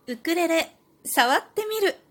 ウクレレ触ってみる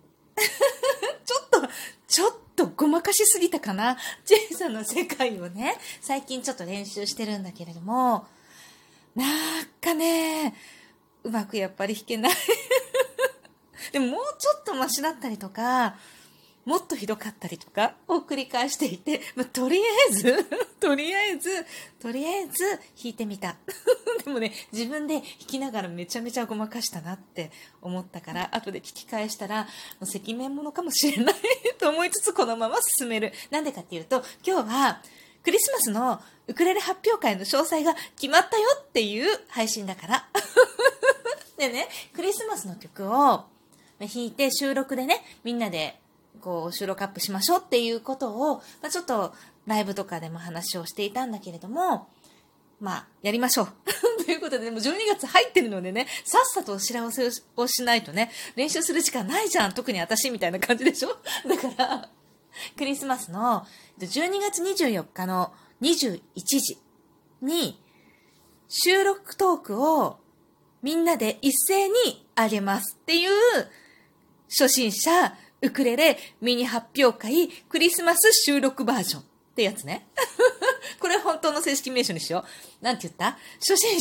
ちょっとごまかしすぎたかな。ジェイさんの世界をね、最近ちょっと練習してるんだけれども、なんかね、うまくやっぱり弾けないでももうちょっとマシだったりとか、もっとひどかったりとかを繰り返していて、とりあえず弾いてみたでもね、自分で弾きながらめちゃめちゃごまかしたなって思ったから、後で聞き返したら、もう赤面者かもしれないと思いつつ、このまま進める。なんでかっていうと、今日はクリスマスのウクレレ発表会の詳細が決まったよっていう配信だからでね、クリスマスの曲を弾いて収録でね、みんなでこう収録アップしましょうっていうことを、ちょっとライブとかでも話をしていたんだけれども、やりましょうということで、もう12月入ってるのでね、さっさとお知らせをしないとね、練習する時間ないじゃん、特に私みたいな感じでしょ。だからクリスマスの12月24日の21時に収録トークをみんなで一斉にあげますっていう初心者ウクレレミニ発表会クリスマス収録バージョンってやつねこれ本当の正式名称にしよう。なんて言った？初心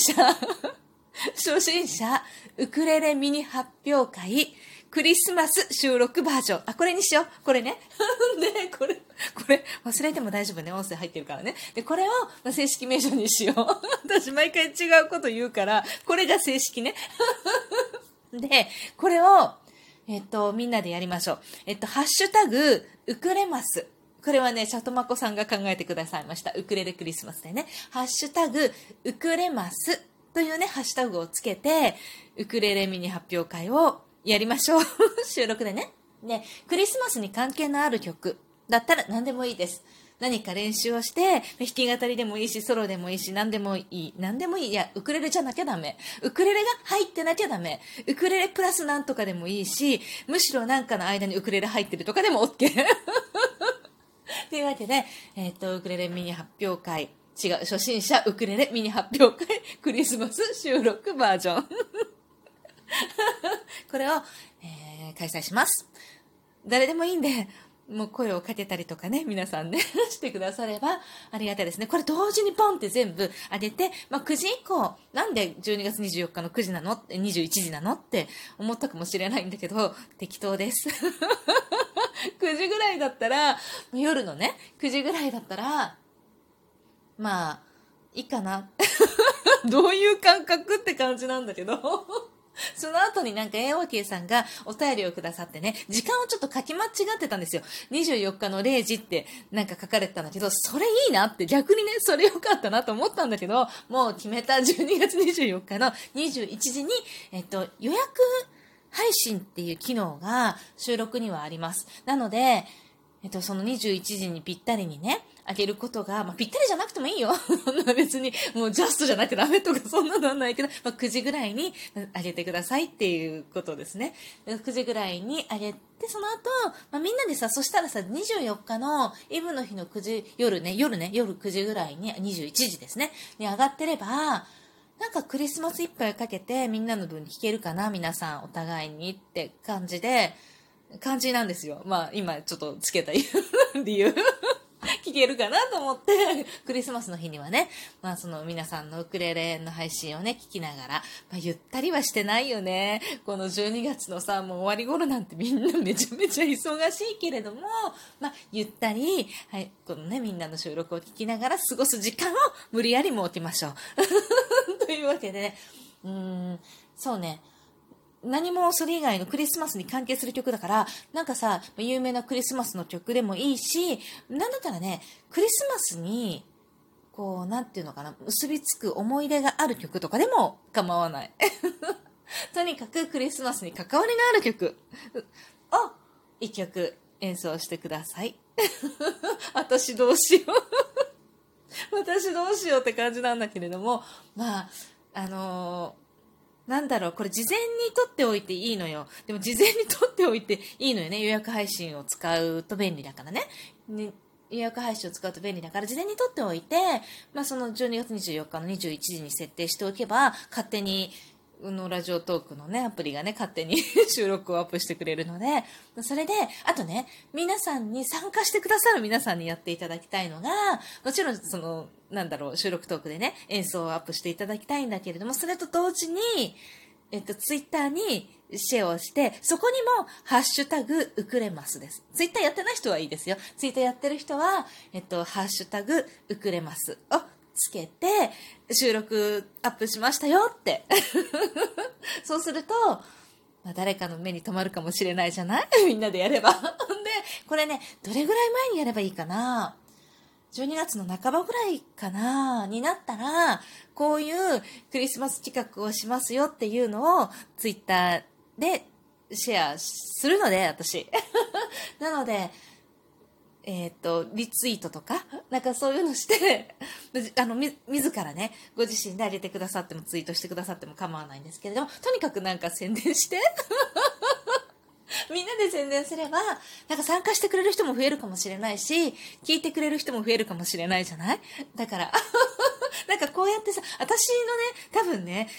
者ウクレレミニ発表会クリスマス収録バージョン。これにしよう。これね。で、これ、忘れても大丈夫ね。音声入ってるからね。で、これを正式名称にしよう。私毎回違うこと言うから、これが正式ね。で、これを、みんなでやりましょう。ハッシュタグ、ウクレマス。これはね、シャトマコさんが考えてくださいました。ウクレレクリスマスでね。ハッシュタグ、ウクレマスというね、ハッシュタグをつけて、ウクレレミニ発表会をやりましょう。収録でね。で、クリスマスに関係のある曲だったら何でもいいです。何か練習をして、弾き語りでもいいし、ソロでもいいし、何でもいい。いや、ウクレレじゃなきゃダメ。ウクレレが入ってなきゃダメ。ウクレレプラスなんとかでもいいし、むしろなんかの間にウクレレ入ってるとかでも OK。というわけで、ウクレレミニ発表会。違う、初心者ウクレレミニ発表会、クリスマス収録バージョン。これを、開催します。誰でもいいんで、もう声をかけたりとかね、皆さんね、してくださればありがたいですね。これ同時にポンって全部上げて、9時以降、なんで12月24日の9時なの ?21 時なのって思ったかもしれないんだけど、適当です。9時ぐらいだったら、夜のね、9時ぐらいだったら、いいかな。どういう感覚って感じなんだけど。その後になんか AOK さんがお便りをくださってね、時間をちょっと書き間違ってたんですよ。24日の0時ってなんか書かれてたんだけど、それいいなって逆にね、それよかったなと思ったんだけど、もう決めた12月24日の21時に、予約配信っていう機能が収録にはあります。なので、その21時にぴったりにね、あげることが、ぴったりじゃなくてもいいよ。別に、もうジャストじゃなきゃダメとかそんなのはないけど、9時ぐらいにあげてくださいっていうことですね。9時ぐらいにあげて、その後、みんなでさ、そしたらさ、24日のイブの日の9時、夜9時ぐらいに、21時ですね、に上がってれば、なんかクリスマスいっぱいかけてみんなの分聞けるかな、皆さんお互いにって感じなんですよ。今ちょっとつけた理由聞けるかなと思って、クリスマスの日にはね、その皆さんのウクレレの配信をね、聞きながら、ゆったりはしてないよね。この12月のさ、もう終わり頃なんてみんなめちゃめちゃ忙しいけれども、ゆったり、はい、このね、みんなの収録を聞きながら過ごす時間を無理やり設けましょう。というわけでね、そうね、何もそれ以外のクリスマスに関係する曲だから、なんかさ、有名なクリスマスの曲でもいいし、なんだったらね、クリスマスに、こう、なんていうのかな、結びつく思い出がある曲とかでも構わない。とにかくクリスマスに関わりのある曲を一曲演奏してください。私どうしようって感じなんだけれども、なんだろう、これ事前に撮っておいていいのよ。でも事前に撮っておいていいのよね。予約配信を使うと便利だからね。予約配信を使うと便利だから、事前に撮っておいて、その12月24日の21時に設定しておけば、勝手にのラジオトークのね、アプリがね、勝手に収録をアップしてくれるので、それで、あとね、皆さんに参加してくださる皆さんにやっていただきたいのが、もちろん収録トークでね、演奏をアップしていただきたいんだけれども、それと同時に、ツイッターにシェアをして、そこにも、ハッシュタグ、ウクレマスです。ツイッターやってない人はいいですよ。ツイッターやってる人は、ハッシュタグ、ウクレマスをつけて、収録アップしましたよって。そうすると、誰かの目に留まるかもしれないじゃないみんなでやれば。で、これね、どれぐらい前にやればいいかな12月の半ばぐらいかなになったら、こういうクリスマス企画をしますよっていうのをツイッターでシェアするので、私。なので、リツイートとか、なんかそういうのして、自らね、ご自身で上げてくださってもツイートしてくださっても構わないんですけれども、とにかくなんか宣伝して、みんなで宣伝すれば、なんか参加してくれる人も増えるかもしれないし、聞いてくれる人も増えるかもしれないじゃない？だから、なんかこうやってさ、私のね、多分ね、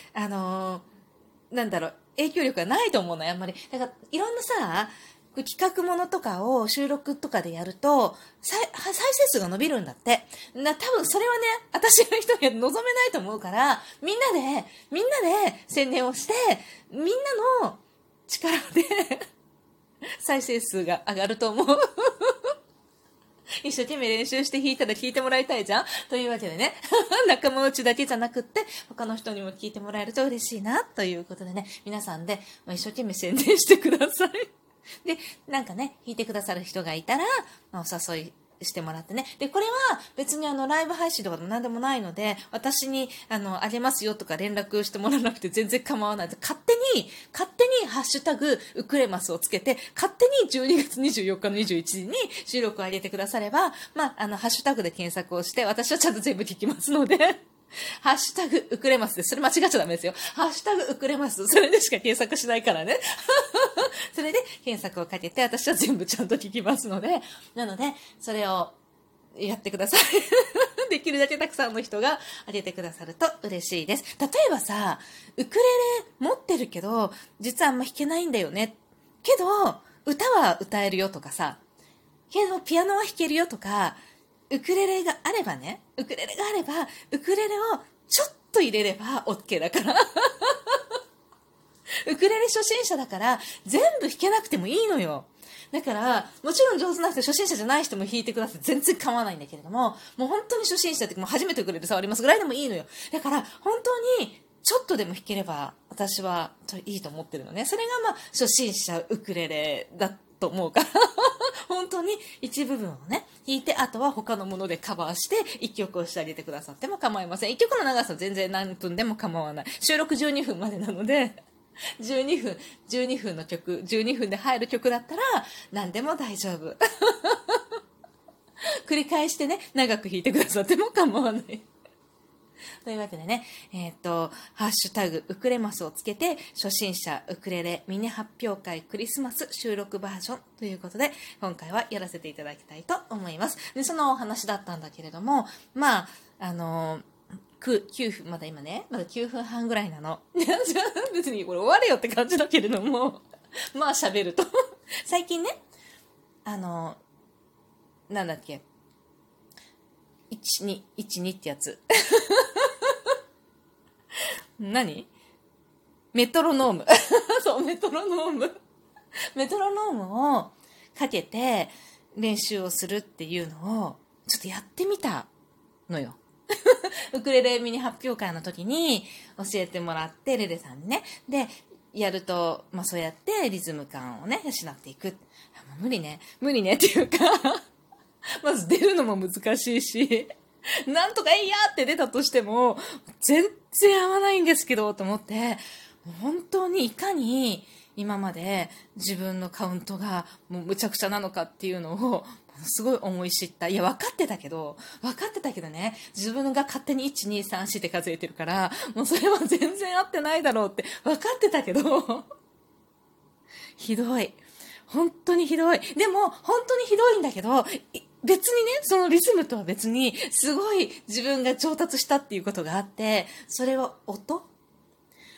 影響力がないと思うのよ、あんまり。だから、いろんなさ、企画ものとかを収録とかでやると、再生数が伸びるんだって。多分それはね、私の人には望めないと思うから、みんなで宣伝をして、みんなの力で再生数が上がると思う。一生懸命練習して弾いたら聞いてもらいたいじゃんというわけでね、仲間内だけじゃなくって、他の人にも聞いてもらえると嬉しいな、ということでね、皆さんで一生懸命宣伝してください。で、なんかね、弾いてくださる人がいたら、お誘いしてもらってね。で、これは別にライブ配信とかでも何でもないので、私にあげますよとか連絡してもらわなくて全然構わない。勝手にハッシュタグウクレマスをつけて、勝手に12月24日の21時に収録を上げてくだされば、ハッシュタグで検索をして、私はちゃんと全部聞きますので、ハッシュタグウクレマスです。それ間違っちゃダメですよ。ハッシュタグウクレマス。それでしか検索しないからね。それで検索をかけて、私は全部ちゃんと聞きますので、なので、それをやってください。できるだけたくさんの人があげてくださると嬉しいです。例えばさ、ウクレレ持ってるけど、実はあんま弾けないんだよね。けど、歌は歌えるよとかさ、けどピアノは弾けるよとか、ウクレレがあれば、ウクレレをちょっと入れれば OK だから。ウクレレ初心者だから、全部弾けなくてもいいのよ。だから、もちろん上手な人、初心者じゃない人も弾いてくださって全然構わないんだけれども、もう本当に初心者って、もう初めてウクレレ触りますぐらいでもいいのよ。だから、本当に、ちょっとでも弾ければ、私はいいと思ってるのね。それが初心者ウクレレだと思うから。本当に一部分をね、弾いて、あとは他のものでカバーして、一曲をしてあげてくださっても構いません。一曲の長さは全然何分でも構わない。収録12分までなので、12分の曲、12分で入る曲だったら、何でも大丈夫。繰り返してね、長く弾いてくださっても構わない。というわけでね、ハッシュタグウクレマスをつけて、初心者ウクレレミニ発表会クリスマス収録バージョンということで、今回はやらせていただきたいと思います。で、そのお話だったんだけれども、9分、まだ9分半ぐらいなの。別にこれ終われよって感じだけれども、喋ると。最近ね、なんだっけ、12ってやつ。何？メトロノーム。そう、メトロノーム。メトロノームをかけて練習をするっていうのを、ちょっとやってみたのよ。ウクレレミニ発表会の時に教えてもらって、レレさんにね。で、やると、そうやってリズム感をね、養っていく。無理ねっていうか、まず出るのも難しいし、なんとかいいやって出たとしても、全然合わないんですけど、と思って、本当にいかに今まで自分のカウントがもうむちゃくちゃなのかっていうのを、すごい思い知った。いや、分かってたけどね、自分が勝手に1、2、3、4って数えてるから、もうそれは全然合ってないだろうって分かってたけど、ひどい。本当にひどい。でも、本当にひどいんだけど、別にね、そのリズムとは別に、すごい自分が上達したっていうことがあって、それは音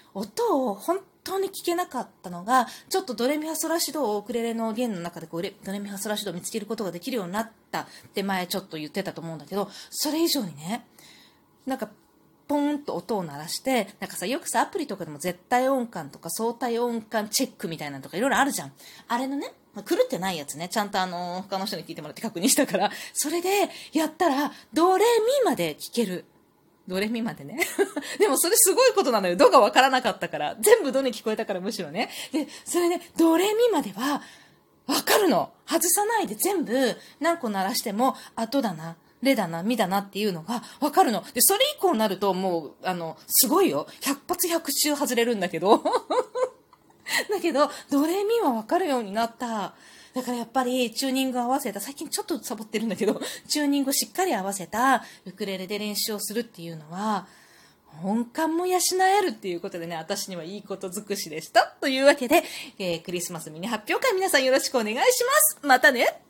音を本当に聞けなかったのが、ちょっとドレミファソラシドをウクレレの弦の中でドレミファソラシドを見つけることができるようになったって前ちょっと言ってたと思うんだけど、それ以上にね、なんかポーンと音を鳴らして、なんかさ、よくさ、アプリとかでも絶対音感とか相対音感チェックみたいなのとかいろいろあるじゃん。あれのね、狂ってないやつね、ちゃんと他の人に聞いてもらって確認したから、それでやったら、ドレミまで聞ける。ドレミまでね。でもそれすごいことなのよ。ドがわからなかったから。全部ドに聞こえたからむしろね。で、それで、ドレミまでは、わかるの。外さないで全部何個鳴らしても、ドだな。レだな、ミだなっていうのがわかるの。で、それ以降になるともう、すごいよ。100発100中外れるんだけど。だけど、ドレミはわかるようになった。だからやっぱりチューニングを合わせた、最近ちょっとサボってるんだけど、チューニングをしっかり合わせたウクレレで練習をするっていうのは、音感も養えるっていうことでね、私にはいいこと尽くしでした。というわけで、クリスマスミニ発表会皆さんよろしくお願いします。またね。